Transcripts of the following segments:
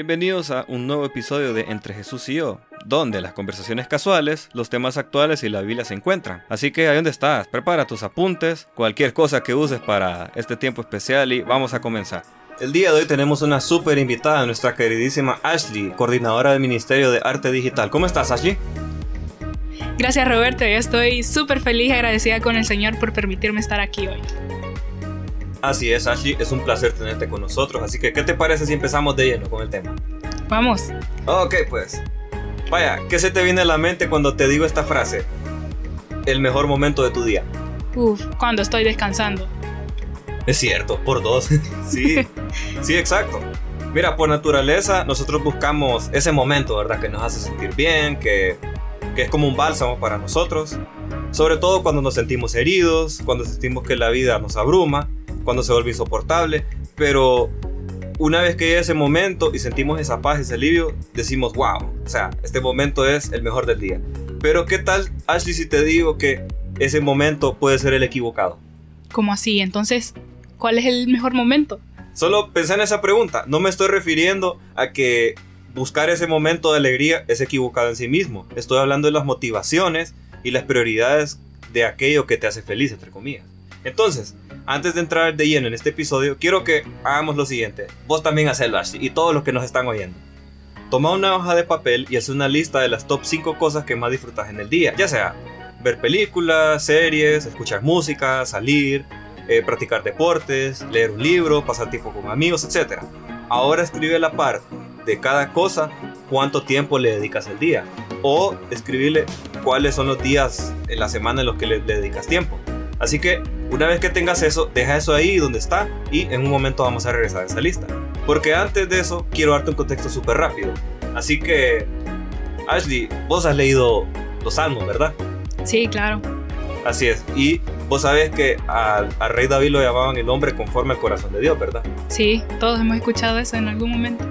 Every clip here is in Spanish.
Bienvenidos a un nuevo episodio de Entre Jesús y yo, donde las conversaciones casuales, los temas actuales y la Biblia se encuentran. Así que ahí donde estás, prepara tus apuntes, cualquier cosa que uses para este tiempo especial y vamos a comenzar. El día de hoy tenemos una súper invitada, nuestra queridísima Ashley, coordinadora del Ministerio de Arte Digital. ¿Cómo estás, Ashley? Gracias, Roberto. Yo estoy súper feliz y agradecida con el Señor por permitirme estar aquí hoy. Así es, Ashley, es un placer tenerte con nosotros, así que ¿qué te parece si empezamos de lleno con el tema? Vamos. Ok, pues. Vaya, ¿qué se te viene a la mente cuando te digo esta frase? El mejor momento de tu día. Cuando estoy descansando. Es cierto, por dos. Sí, exacto. Mira, por naturaleza nosotros buscamos ese momento, ¿verdad? Que nos hace sentir bien, que es como un bálsamo para nosotros. Sobre todo cuando nos sentimos heridos, cuando sentimos que la vida nos abruma, cuando se vuelve insoportable, pero una vez que llega ese momento y sentimos esa paz, ese alivio, decimos wow, o sea, este momento es el mejor del día. Pero ¿qué tal, Ashley, si te digo que ese momento puede ser el equivocado? ¿Cómo así? Entonces, ¿cuál es el mejor momento? Solo pensá en esa pregunta. No me estoy refiriendo a que buscar ese momento de alegría es equivocado en sí mismo. Estoy hablando de las motivaciones y las prioridades de aquello que te hace feliz, entre comillas. Entonces, antes de entrar de lleno en este episodio, quiero que hagamos lo siguiente. Vos también hacelo, Ashley, y todos los que nos están oyendo. Toma una hoja de papel y haz una lista de las top 5 cosas que más disfrutas en el día. Ya sea ver películas, series, escuchar música, salir, practicar deportes, leer un libro, pasar tiempo con amigos, etc. Ahora escribe a la par de cada cosa cuánto tiempo le dedicas al día. O escribirle cuáles son los días en la semana en los que le dedicas tiempo. Así que una vez que tengas eso, deja eso ahí donde está y en un momento vamos a regresar a esa lista. Porque antes de eso, quiero darte un contexto súper rápido. Así que, Ashley, vos has leído los Salmos, ¿verdad? Sí, claro. Así es. Y vos sabés que al rey David lo llamaban el hombre conforme al corazón de Dios, ¿verdad? Sí, todos hemos escuchado eso en algún momento.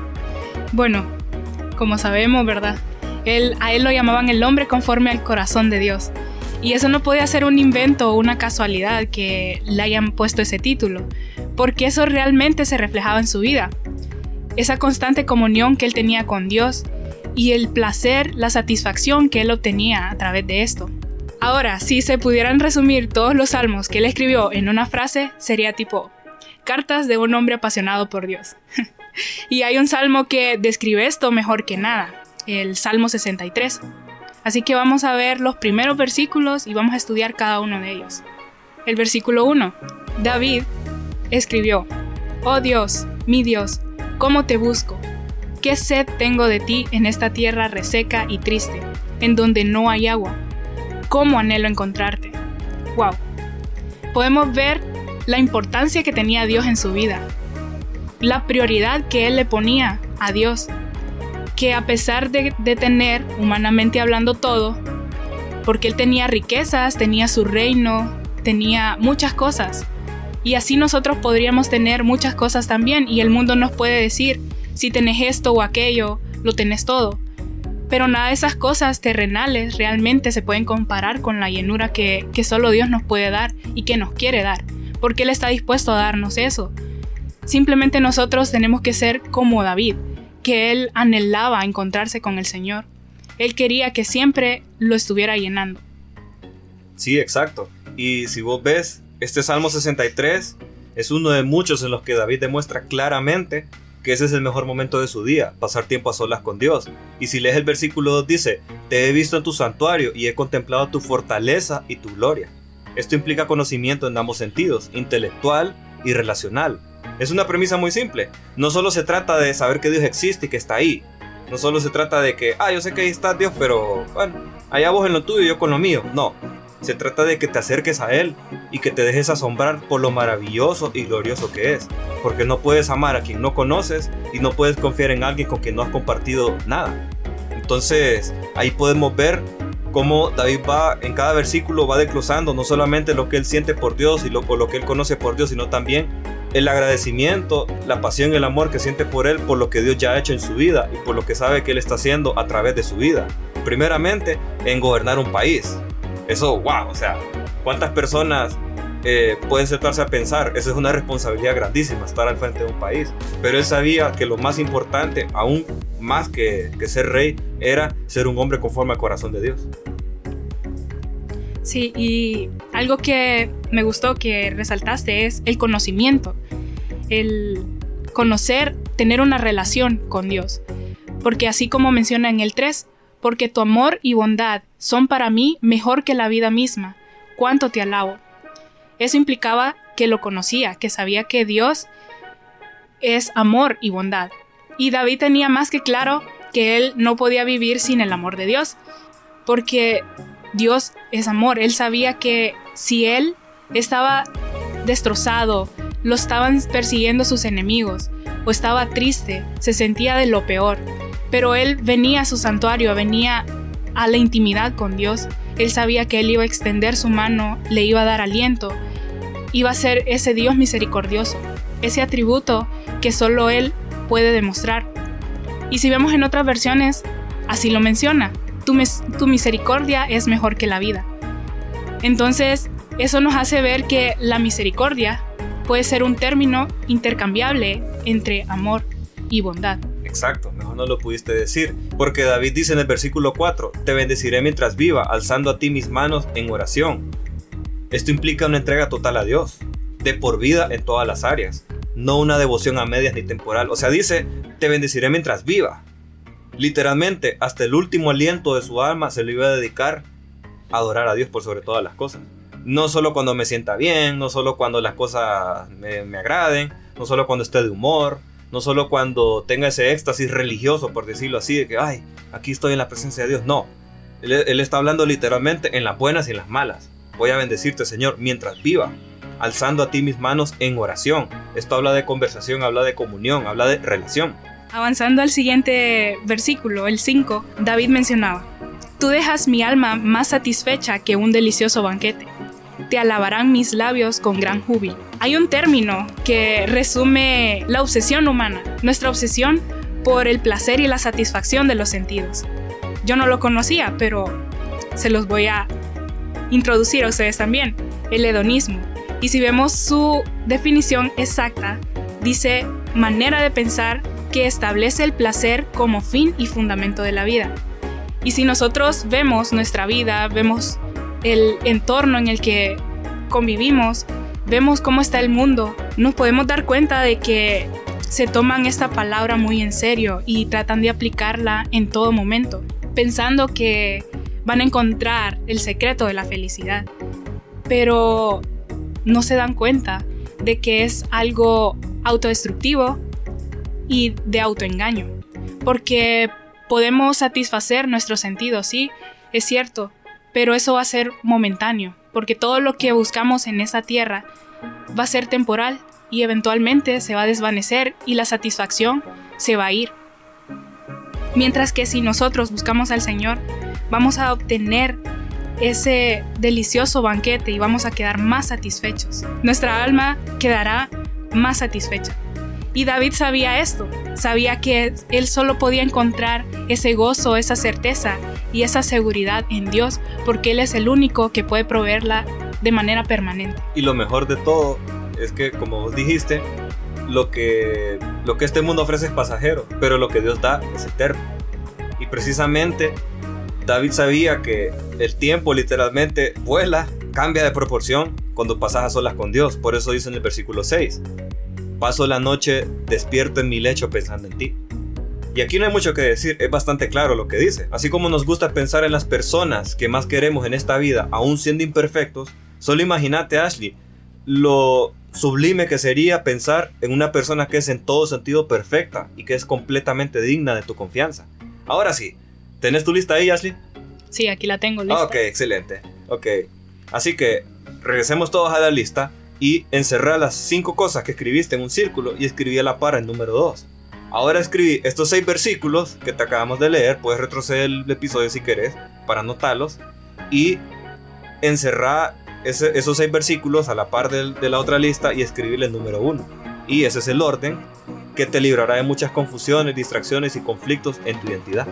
Bueno, como sabemos, ¿verdad? A él lo llamaban el hombre conforme al corazón de Dios. Y eso no podía ser un invento o una casualidad que le hayan puesto ese título, porque eso realmente se reflejaba en su vida. Esa constante comunión que él tenía con Dios y el placer, la satisfacción que él obtenía a través de esto. Ahora, si se pudieran resumir todos los salmos que él escribió en una frase, sería tipo, cartas de un hombre apasionado por Dios. Y hay un salmo que describe esto mejor que nada, el Salmo 63. Así que vamos a ver los primeros versículos y vamos a estudiar cada uno de ellos. El versículo 1. David escribió: Oh Dios, mi Dios, ¿cómo te busco? ¿Qué sed tengo de ti en esta tierra reseca y triste, en donde no hay agua? ¿Cómo anhelo encontrarte? Wow. Podemos ver la importancia que tenía Dios en su vida, la prioridad que él le ponía a Dios, que a pesar de tener, humanamente hablando, todo, porque él tenía riquezas, tenía su reino, tenía muchas cosas, y así nosotros podríamos tener muchas cosas también, y el mundo nos puede decir, si tenés esto o aquello, lo tenés todo, pero nada de esas cosas terrenales realmente se pueden comparar con la llenura que solo Dios nos puede dar y que nos quiere dar, porque Él está dispuesto a darnos eso. Simplemente nosotros tenemos que ser como David, que él anhelaba encontrarse con el Señor. Él quería que siempre lo estuviera llenando. Sí, exacto. Y si vos ves, este Salmo 63 es uno de muchos en los que David demuestra claramente que ese es el mejor momento de su día, pasar tiempo a solas con Dios. Y si lees el versículo 2 dice, te he visto en tu santuario y he contemplado tu fortaleza y tu gloria. Esto implica conocimiento en ambos sentidos, intelectual y relacional. Es una premisa muy simple. No solo se trata de saber que Dios existe y que está ahí. No solo se trata de que, yo sé que ahí está Dios, pero bueno, allá vos en lo tuyo y yo con lo mío. No, se trata de que te acerques a Él y que te dejes asombrar por lo maravilloso y glorioso que es. Porque no puedes amar a quien no conoces y no puedes confiar en alguien con quien no has compartido nada. Entonces, ahí podemos ver cómo David va, en cada versículo va desglosando no solamente lo que él siente por Dios y lo que él conoce por Dios, sino también el agradecimiento, la pasión y el amor que siente por él, por lo que Dios ya ha hecho en su vida y por lo que sabe que él está haciendo a través de su vida. Primeramente, en gobernar un país. Eso, wow, o sea, ¿cuántas personas pueden sentarse a pensar, esa es una responsabilidad grandísima, estar al frente de un país. Pero él sabía que lo más importante, aún más que ser rey, era ser un hombre conforme al corazón de Dios. Sí, y algo que me gustó que resaltaste es el conocimiento. El conocer, tener una relación con Dios. Porque así como menciona en el 3, porque tu amor y bondad son para mí mejor que la vida misma. ¿Cuánto te alabo? Eso implicaba que lo conocía, que sabía que Dios es amor y bondad. Y David tenía más que claro que él no podía vivir sin el amor de Dios, porque Dios es amor. Él sabía que si él estaba destrozado, lo estaban persiguiendo sus enemigos, o estaba triste, se sentía de lo peor, pero él venía a su santuario, venía a la intimidad con Dios. Él sabía que él iba a extender su mano, le iba a dar aliento, iba a ser ese Dios misericordioso, ese atributo que solo él puede demostrar. Y si vemos en otras versiones, así lo menciona: tu misericordia es mejor que la vida. Entonces, eso nos hace ver que la misericordia puede ser un término intercambiable entre amor y bondad. Exacto, mejor no lo pudiste decir, porque David dice en el versículo 4, te bendeciré mientras viva, alzando a ti mis manos en oración. Esto implica una entrega total a Dios, de por vida en todas las áreas, no una devoción a medias ni temporal. O sea, dice, te bendeciré mientras viva. Literalmente, hasta el último aliento de su alma se lo iba a dedicar a adorar a Dios por sobre todas las cosas. No solo cuando me sienta bien, no solo cuando las cosas me agraden, no solo cuando esté de humor, no solo cuando tenga ese éxtasis religioso, por decirlo así, de que, ay, aquí estoy en la presencia de Dios. No, él está hablando literalmente en las buenas y en las malas. Voy a bendecirte, Señor, mientras viva, alzando a ti mis manos en oración. Esto habla de conversación, habla de comunión, habla de relación. Avanzando al siguiente versículo, el 5, David mencionaba: tú dejas mi alma más satisfecha que un delicioso banquete. Te alabarán mis labios con gran júbilo. Hay un término que resume la obsesión humana, nuestra obsesión por el placer y la satisfacción de los sentidos. Yo no lo conocía, pero se los voy a introducir a ustedes también: el hedonismo. Y si vemos su definición exacta, dice manera de pensar que establece el placer como fin y fundamento de la vida. Y si nosotros vemos nuestra vida, vemos el entorno en el que convivimos, vemos cómo está el mundo, nos podemos dar cuenta de que se toman esta palabra muy en serio y tratan de aplicarla en todo momento, pensando que van a encontrar el secreto de la felicidad, pero no se dan cuenta de que es algo autodestructivo y de autoengaño, porque podemos satisfacer nuestros sentidos, sí, es cierto, pero eso va a ser momentáneo, porque todo lo que buscamos en esta tierra va a ser temporal y eventualmente se va a desvanecer y la satisfacción se va a ir. Mientras que si nosotros buscamos al Señor, vamos a obtener ese delicioso banquete y vamos a quedar más satisfechos. Nuestra alma quedará más satisfecha. Y David sabía esto, sabía que él solo podía encontrar ese gozo, esa certeza y esa seguridad en Dios, porque Él es el único que puede proveerla de manera permanente. Y lo mejor de todo es que, como vos dijiste, lo que este mundo ofrece es pasajero, pero lo que Dios da es eterno. Y precisamente David sabía que el tiempo literalmente vuela, cambia de proporción cuando pasas a solas con Dios. Por eso dice en el versículo 6, paso la noche despierto en mi lecho pensando en ti. Y aquí no hay mucho que decir, es bastante claro lo que dice. Así como nos gusta pensar en las personas que más queremos en esta vida, aún siendo imperfectos, solo imagínate, Ashley, lo sublime que sería pensar en una persona que es en todo sentido perfecta y que es completamente digna de tu confianza. Ahora sí, ¿tenés tu lista ahí, Ashley? Sí, aquí la tengo lista. Ok, excelente. Ok, así que regresemos todos a la lista y encerrá las 5 cosas que escribiste en un círculo y escribí a la par el número 2. Ahora escribí estos 6 versículos que te acabamos de leer. Puedes retroceder el episodio si querés para anotarlos y encerrar esos 6 versículos a la par de la otra lista y escribirle el número 1. Y ese es el orden que te librará de muchas confusiones, distracciones y conflictos en tu identidad.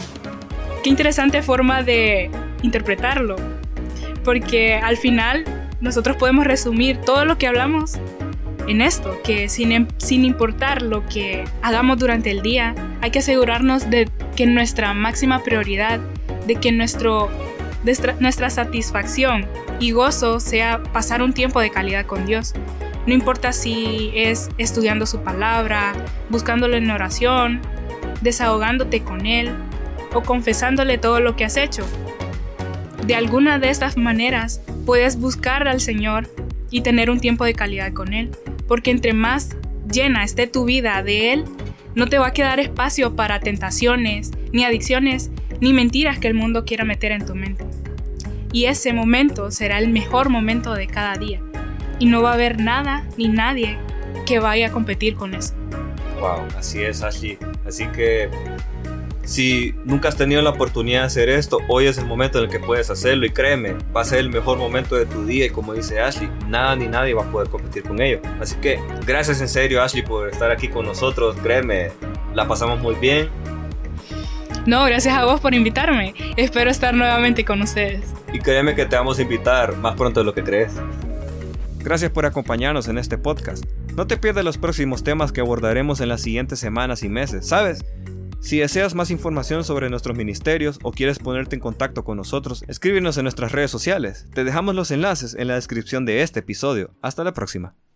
Qué interesante forma de interpretarlo, porque al final nosotros podemos resumir todo lo que hablamos en esto, que sin importar lo que hagamos durante el día, hay que asegurarnos de que nuestra máxima prioridad, de que nuestra satisfacción y gozo sea pasar un tiempo de calidad con Dios. No importa si es estudiando su palabra, buscándolo en oración, desahogándote con Él o confesándole todo lo que has hecho. De alguna de estas maneras puedes buscar al Señor y tener un tiempo de calidad con Él, porque entre más llena esté tu vida de Él, no te va a quedar espacio para tentaciones, ni adicciones, ni mentiras que el mundo quiera meter en tu mente. Y ese momento será el mejor momento de cada día, y no va a haber nada ni nadie que vaya a competir con eso. Wow, así es, Ashley. Así que si nunca has tenido la oportunidad de hacer esto, hoy es el momento en el que puedes hacerlo, y créeme, va a ser el mejor momento de tu día, y como dice Ashley, nada ni nadie va a poder competir con ello. Así que gracias en serio, Ashley, por estar aquí con nosotros. Créeme, la pasamos muy bien. No, gracias a vos por invitarme. Espero estar nuevamente con ustedes. Y créeme que te vamos a invitar más pronto de lo que crees. Gracias por acompañarnos en este podcast. No te pierdas los próximos temas que abordaremos en las siguientes semanas y meses, ¿sabes? Si deseas más información sobre nuestros ministerios o quieres ponerte en contacto con nosotros, escríbenos en nuestras redes sociales. Te dejamos los enlaces en la descripción de este episodio. Hasta la próxima.